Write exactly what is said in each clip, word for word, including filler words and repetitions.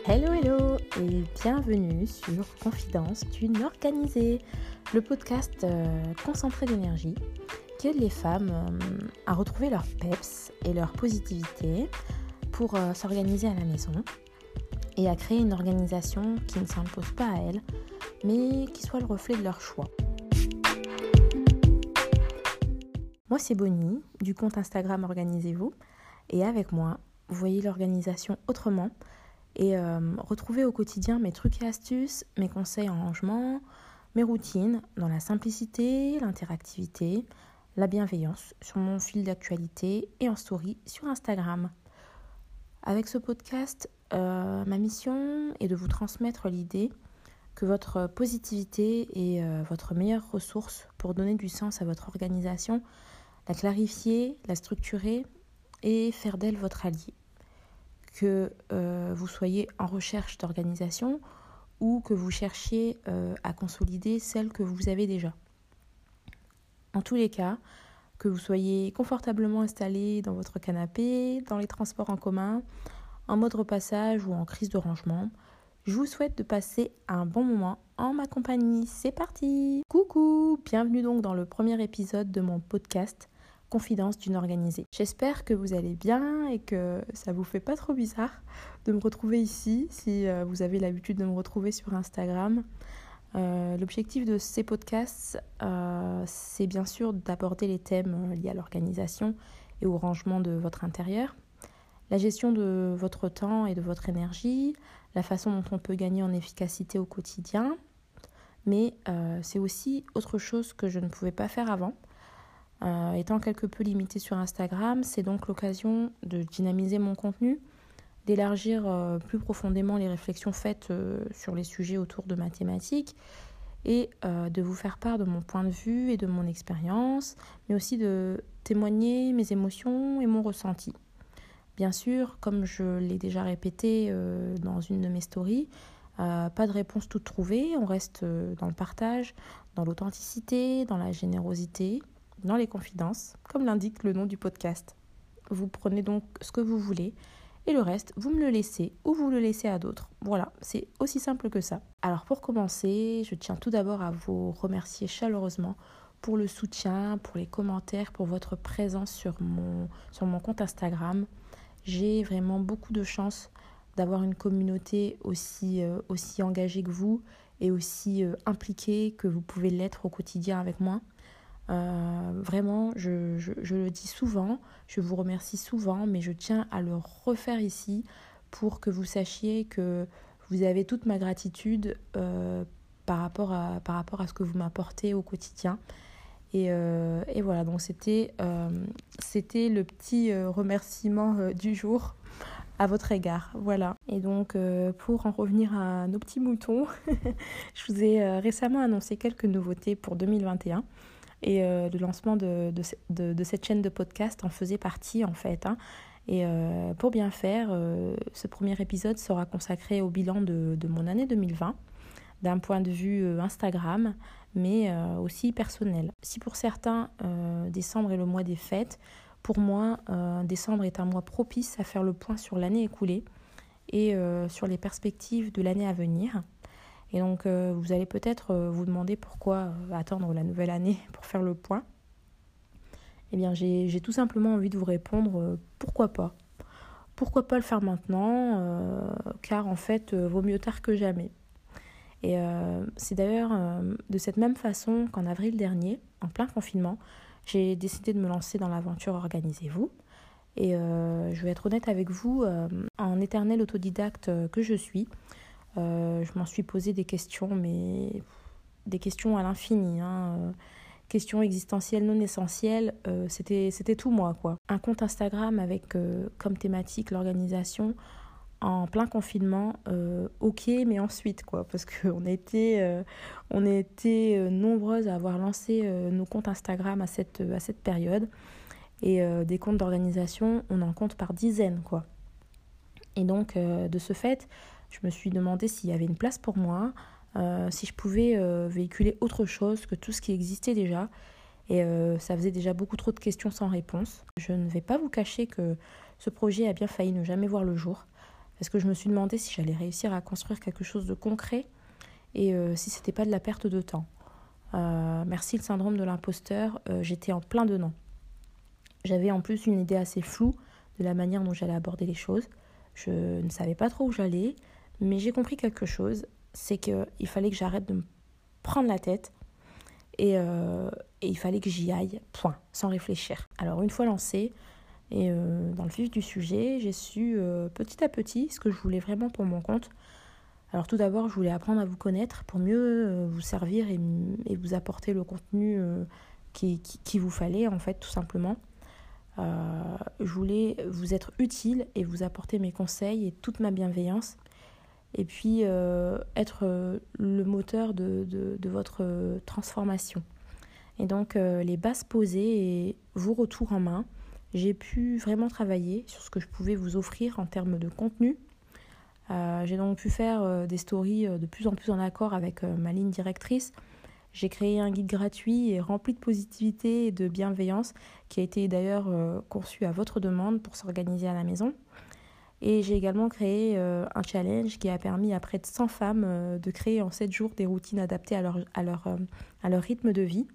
Hello hello et bienvenue sur Confidence d'une organisée, le podcast euh, concentré d'énergie qui aide les femmes euh, à retrouver leur peps et leur positivité pour euh, s'organiser à la maison et à créer une organisation qui ne s'impose pas à elles mais qui soit le reflet de leur choix. Moi c'est Bonnie du compte Instagram Organisez-vous et avec moi vous voyez l'organisation autrement et euh, retrouver au quotidien mes trucs et astuces, mes conseils en rangement, mes routines dans la simplicité, l'interactivité, la bienveillance sur mon fil d'actualité et en story sur Instagram. Avec ce podcast, euh, ma mission est de vous transmettre l'idée que votre positivité est euh, votre meilleure ressource pour donner du sens à votre organisation, la clarifier, la structurer et faire d'elle votre allié. Que euh, vous soyez en recherche d'organisation ou que vous cherchiez euh, à consolider celle que vous avez déjà. En tous les cas, que vous soyez confortablement installé dans votre canapé, dans les transports en commun, en mode repassage ou en crise de rangement, je vous souhaite de passer un bon moment en ma compagnie. C'est parti! Coucou! Bienvenue donc dans le premier épisode de mon podcast Confidence d'une organisée. J'espère que vous allez bien et que ça vous fait pas trop bizarre de me retrouver ici si euh, vous avez l'habitude de me retrouver sur Instagram. Euh, l'objectif de ces podcasts, euh, c'est bien sûr d'aborder les thèmes liés à l'organisation et au rangement de votre intérieur, la gestion de votre temps et de votre énergie, la façon dont on peut gagner en efficacité au quotidien, mais euh, c'est aussi autre chose que je ne pouvais pas faire avant. Euh, étant quelque peu limitée sur Instagram, c'est donc l'occasion de dynamiser mon contenu, d'élargir euh, plus profondément les réflexions faites euh, sur les sujets autour de ma thématique et euh, de vous faire part de mon point de vue et de mon expérience, mais aussi de témoigner mes émotions et mon ressenti. Bien sûr, comme je l'ai déjà répété euh, dans une de mes stories, euh, pas de réponse toute trouvée, on reste euh, dans le partage, dans l'authenticité, dans la générosité, dans les confidences, comme l'indique le nom du podcast. Vous prenez donc ce que vous voulez et le reste, vous me le laissez ou vous le laissez à d'autres. Voilà, c'est aussi simple que ça. Alors pour commencer, je tiens tout d'abord à vous remercier chaleureusement pour le soutien, pour les commentaires, pour votre présence sur mon, sur mon compte Instagram. J'ai vraiment beaucoup de chance d'avoir une communauté aussi, euh, aussi engagée que vous et aussi euh, impliquée que vous pouvez l'être au quotidien avec moi. Euh, vraiment, je, je, je le dis souvent, je vous remercie souvent, mais je tiens à le refaire ici pour que vous sachiez que vous avez toute ma gratitude euh, par rapport à, par rapport à ce que vous m'apportez au quotidien. Et, euh, et voilà, donc c'était, euh, c'était le petit euh, remerciement euh, du jour à votre égard. Voilà. Et donc, euh, pour en revenir à nos petits moutons, je vous ai euh, récemment annoncé quelques nouveautés pour deux mille vingt et un. Et euh, le lancement de, de, de, de cette chaîne de podcast en faisait partie en fait. Hein. Et euh, pour bien faire, euh, ce premier épisode sera consacré au bilan de, de mon année deux mille vingt, d'un point de vue euh, Instagram, mais euh, aussi personnel. Si pour certains, euh, décembre est le mois des fêtes, pour moi, euh, décembre est un mois propice à faire le point sur l'année écoulée et euh, sur les perspectives de l'année à venir. Et donc, euh, vous allez peut-être euh, vous demander pourquoi euh, attendre la nouvelle année pour faire le point. Eh bien, j'ai, j'ai tout simplement envie de vous répondre euh, pourquoi pas. Pourquoi pas le faire maintenant euh, car en fait, euh, vaut mieux tard que jamais. Et euh, c'est d'ailleurs euh, de cette même façon qu'en avril dernier, en plein confinement, j'ai décidé de me lancer dans l'aventure Organisez-vous. Et euh, je vais être honnête avec vous, euh, en éternel autodidacte que je suis, Euh, je m'en suis posé des questions, mais des questions à l'infini, hein. Euh, questions existentielles non essentielles, euh, c'était, c'était tout moi, quoi. Un compte Instagram avec euh, comme thématique l'organisation en plein confinement, euh, ok, mais ensuite, quoi, parce qu'on était, euh, on était euh, nombreuses à avoir lancé euh, nos comptes Instagram à cette, à cette période, et euh, des comptes d'organisation, on en compte par dizaines, quoi. Et donc, euh, de ce fait, je me suis demandé s'il y avait une place pour moi, euh, si je pouvais euh, véhiculer autre chose que tout ce qui existait déjà. Et euh, ça faisait déjà beaucoup trop de questions sans réponse. Je ne vais pas vous cacher que ce projet a bien failli ne jamais voir le jour, parce que je me suis demandé si j'allais réussir à construire quelque chose de concret et euh, si c'était pas de la perte de temps. Euh, merci le syndrome de l'imposteur, euh, j'étais en plein dedans. J'avais en plus une idée assez floue de la manière dont j'allais aborder les choses. Je ne savais pas trop où j'allais, mais j'ai compris quelque chose, c'est qu'il fallait que j'arrête de me prendre la tête et, euh, et il fallait que j'y aille, point, sans réfléchir. Alors une fois lancée, et euh, dans le vif du sujet, j'ai su euh, petit à petit ce que je voulais vraiment pour mon compte. Alors tout d'abord, je voulais apprendre à vous connaître pour mieux euh, vous servir et, et vous apporter le contenu euh, qui, qui, qui vous fallait, en fait, tout simplement. Euh, je voulais vous être utile et vous apporter mes conseils et toute ma bienveillance. Et puis, euh, être euh, le moteur de, de, de votre euh, transformation. Et donc, euh, les bases posées et vos retours en main, j'ai pu vraiment travailler sur ce que je pouvais vous offrir en termes de contenu. Euh, j'ai donc pu faire euh, des stories euh, de plus en plus en accord avec euh, ma ligne directrice. J'ai créé un guide gratuit et rempli de positivité et de bienveillance qui a été d'ailleurs euh, conçu à votre demande pour s'organiser à la maison. Et j'ai également créé euh, un challenge qui a permis à près de cent femmes euh, de créer en sept jours des routines adaptées à leur, à leur, euh, à leur rythme de vie.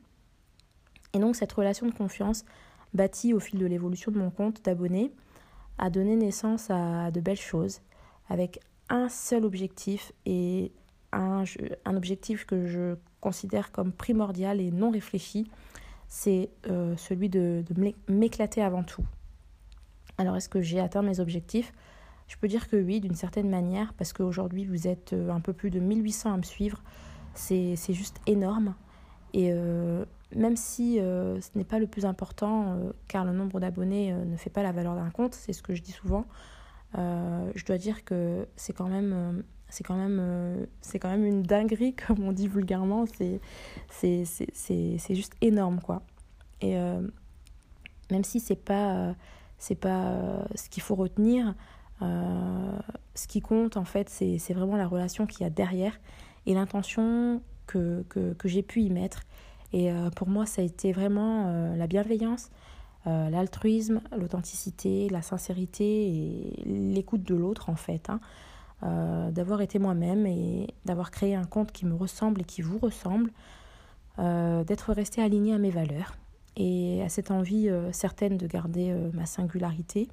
Et donc cette relation de confiance bâtie au fil de l'évolution de mon compte d'abonnés a donné naissance à de belles choses avec un seul objectif et un, un objectif que je considère comme primordial et non réfléchi, c'est euh, celui de, de m'éclater avant tout. Alors est-ce que j'ai atteint mes objectifs ? Je peux dire que oui, d'une certaine manière, parce qu'aujourd'hui vous êtes un peu plus de mille huit cents à me suivre, c'est, c'est juste énorme. Et euh, même si euh, ce n'est pas le plus important, euh, car le nombre d'abonnés euh, ne fait pas la valeur d'un compte, c'est ce que je dis souvent, euh, je dois dire que c'est quand même, euh, c'est quand même, euh, c'est quand même une dinguerie, comme on dit vulgairement, c'est, c'est, c'est, c'est, c'est juste énorme, quoi. Et euh, même si c'est pas, euh, c'est pas euh, ce qu'il faut retenir, euh, ce qui compte, en fait, c'est, c'est vraiment la relation qu'il y a derrière et l'intention que, que, que j'ai pu y mettre. Et euh, pour moi, ça a été vraiment euh, la bienveillance, euh, l'altruisme, l'authenticité, la sincérité et l'écoute de l'autre, en fait. Hein. Euh, d'avoir été moi-même et d'avoir créé un compte qui me ressemble et qui vous ressemble, euh, d'être resté aligné à mes valeurs et à cette envie euh, certaine de garder euh, ma singularité,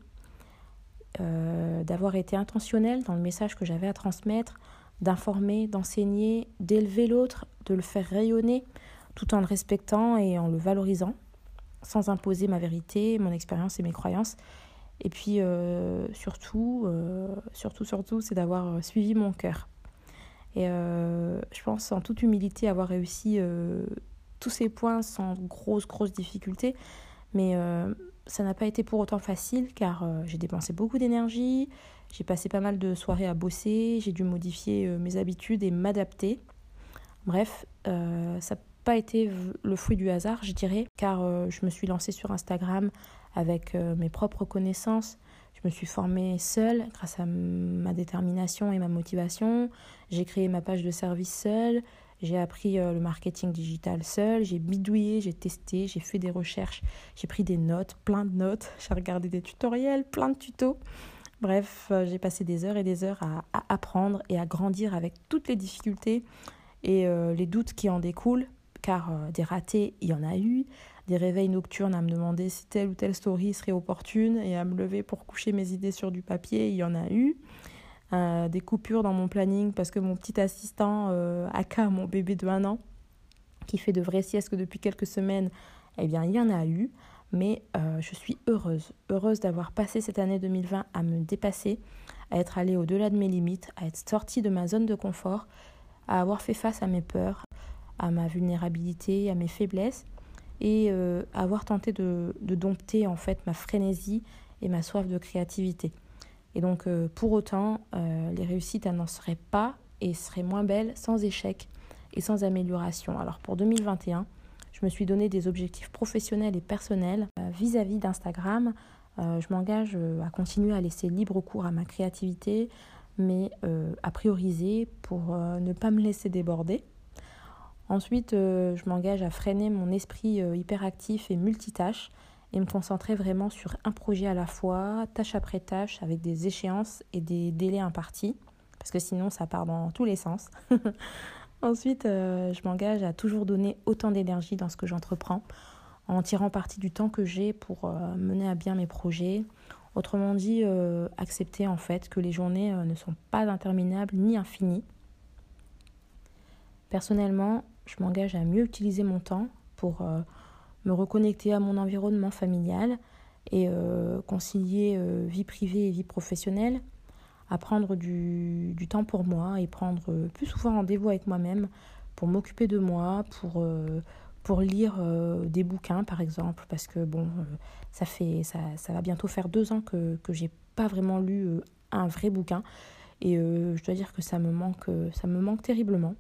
euh, d'avoir été intentionnelle dans le message que j'avais à transmettre, d'informer, d'enseigner, d'élever l'autre, de le faire rayonner, tout en le respectant et en le valorisant, sans imposer ma vérité, mon expérience et mes croyances. Et puis euh, surtout, euh, surtout, surtout, c'est d'avoir suivi mon cœur. Et euh, je pense en toute humilité avoir réussi euh, tous ces points sans grosse, grosse difficulté. Mais euh, ça n'a pas été pour autant facile car euh, j'ai dépensé beaucoup d'énergie, j'ai passé pas mal de soirées à bosser, j'ai dû modifier euh, mes habitudes et m'adapter. Bref, euh, ça n'a pas été le fruit du hasard, je dirais, car euh, je me suis lancée sur Instagram avec euh, mes propres connaissances. Je me suis formée seule grâce à ma détermination et ma motivation. J'ai créé ma page de service seule. J'ai appris euh, le marketing digital seule. J'ai bidouillé, j'ai testé, j'ai fait des recherches. J'ai pris des notes, plein de notes. J'ai regardé des tutoriels, plein de tutos. Bref, euh, j'ai passé des heures et des heures à, à apprendre et à grandir avec toutes les difficultés et euh, les doutes qui en découlent. Car euh, des ratés, il y en a eu. Des réveils nocturnes à me demander si telle ou telle story serait opportune et à me lever pour coucher mes idées sur du papier, il y en a eu. Euh, des coupures dans mon planning parce que mon petit assistant, euh, Aka, mon bébé de un an, qui fait de vraies siestes depuis quelques semaines, eh bien, il y en a eu. Mais euh, je suis heureuse, heureuse d'avoir passé cette année deux mille vingt à me dépasser, à être allée au-delà de mes limites, à être sortie de ma zone de confort, à avoir fait face à mes peurs, à ma vulnérabilité, à mes faiblesses, et euh, avoir tenté de, de dompter en fait ma frénésie et ma soif de créativité. Et donc euh, pour autant, euh, les réussites elles n'en seraient pas et seraient moins belles sans échec et sans amélioration. Alors pour deux mille vingt et un, je me suis donné des objectifs professionnels et personnels euh, vis-à-vis d'Instagram. Euh, je m'engage euh, à continuer à laisser libre cours à ma créativité, mais euh, à prioriser pour euh, ne pas me laisser déborder. Ensuite, euh, je m'engage à freiner mon esprit euh, hyperactif et multitâche et me concentrer vraiment sur un projet à la fois, tâche après tâche, avec des échéances et des délais impartis, parce que sinon ça part dans tous les sens. Ensuite, euh, je m'engage à toujours donner autant d'énergie dans ce que j'entreprends, en tirant parti du temps que j'ai pour euh, mener à bien mes projets. Autrement dit, euh, accepter en fait que les journées euh, ne sont pas interminables ni infinies. Personnellement, je m'engage à mieux utiliser mon temps pour euh, me reconnecter à mon environnement familial et euh, concilier euh, vie privée et vie professionnelle, à prendre du, du temps pour moi et prendre euh, plus souvent rendez-vous avec moi-même pour m'occuper de moi, pour, euh, pour lire euh, des bouquins par exemple, parce que bon, euh, ça, fait, ça, ça va bientôt faire deux ans que, que j'ai pas vraiment lu euh, un vrai bouquin et euh, je dois dire que ça me manque, ça me manque terriblement.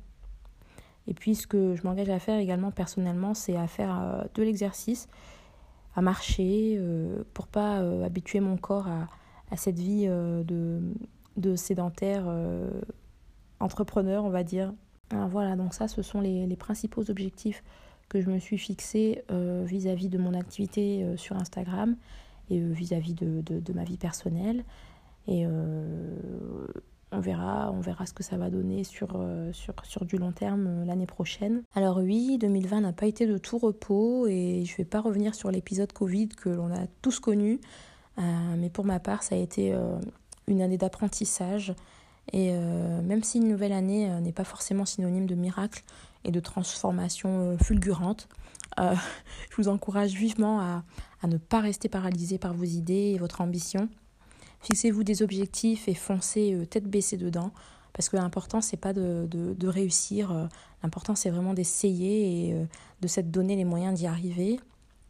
Et puis ce que je m'engage à faire également personnellement, c'est à faire euh, de l'exercice, à marcher, euh, pour pas euh, habituer mon corps à, à cette vie euh, de, de sédentaire euh, entrepreneur, on va dire. Alors voilà, donc ça, ce sont les, les principaux objectifs que je me suis fixés euh, vis-à-vis de mon activité euh, sur Instagram et euh, vis-à-vis de, de, de ma vie personnelle. Et euh, on verra, on verra ce que ça va donner sur, euh, sur, sur du long terme euh, l'année prochaine. Alors oui, deux mille vingt n'a pas été de tout repos et je ne vais pas revenir sur l'épisode Covid que l'on a tous connu. Euh, mais pour ma part, ça a été euh, une année d'apprentissage. Et euh, même si une nouvelle année euh, n'est pas forcément synonyme de miracle et de transformation euh, fulgurante, euh, je vous encourage vivement à, à ne pas rester paralysé par vos idées et votre ambition. Fixez-vous des objectifs et foncez euh, tête baissée dedans, parce que l'important, c'est pas de, de, de réussir, euh, l'important, c'est vraiment d'essayer et euh, de s'être donné les moyens d'y arriver.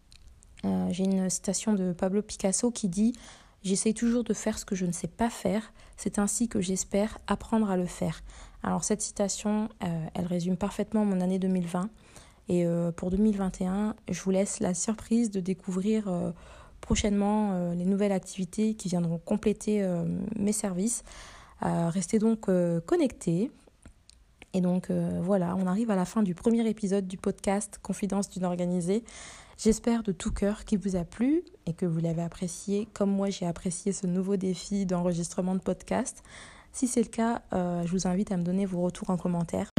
Euh, j'ai une citation de Pablo Picasso qui dit « J'essaye toujours de faire ce que je ne sais pas faire, c'est ainsi que j'espère apprendre à le faire ». Alors cette citation, euh, elle résume parfaitement mon année deux mille vingt. Et euh, pour deux mille vingt et un, je vous laisse la surprise de découvrir euh, prochainement euh, les nouvelles activités qui viendront compléter euh, mes services. Euh, restez donc euh, connectés. Et donc euh, voilà, on arrive à la fin du premier épisode du podcast Confidence d'une organisée. J'espère de tout cœur qu'il vous a plu et que vous l'avez apprécié comme moi j'ai apprécié ce nouveau défi d'enregistrement de podcast. Si c'est le cas, euh, je vous invite à me donner vos retours en commentaire.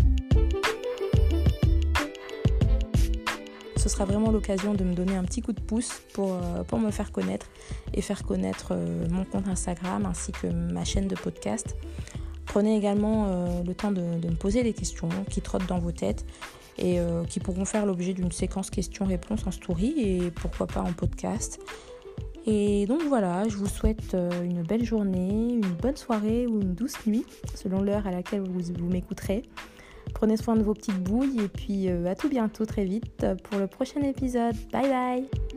Ce sera vraiment l'occasion de me donner un petit coup de pouce pour, euh, pour me faire connaître et faire connaître euh, mon compte Instagram ainsi que ma chaîne de podcast. Prenez également euh, le temps de, de me poser les questions qui trottent dans vos têtes et euh, qui pourront faire l'objet d'une séquence questions-réponses en story et pourquoi pas en podcast. Et donc voilà, je vous souhaite euh, une belle journée, une bonne soirée ou une douce nuit selon l'heure à laquelle vous, vous m'écouterez. Prenez soin de vos petites bouilles et puis euh, à tout bientôt très vite pour le prochain épisode. Bye bye!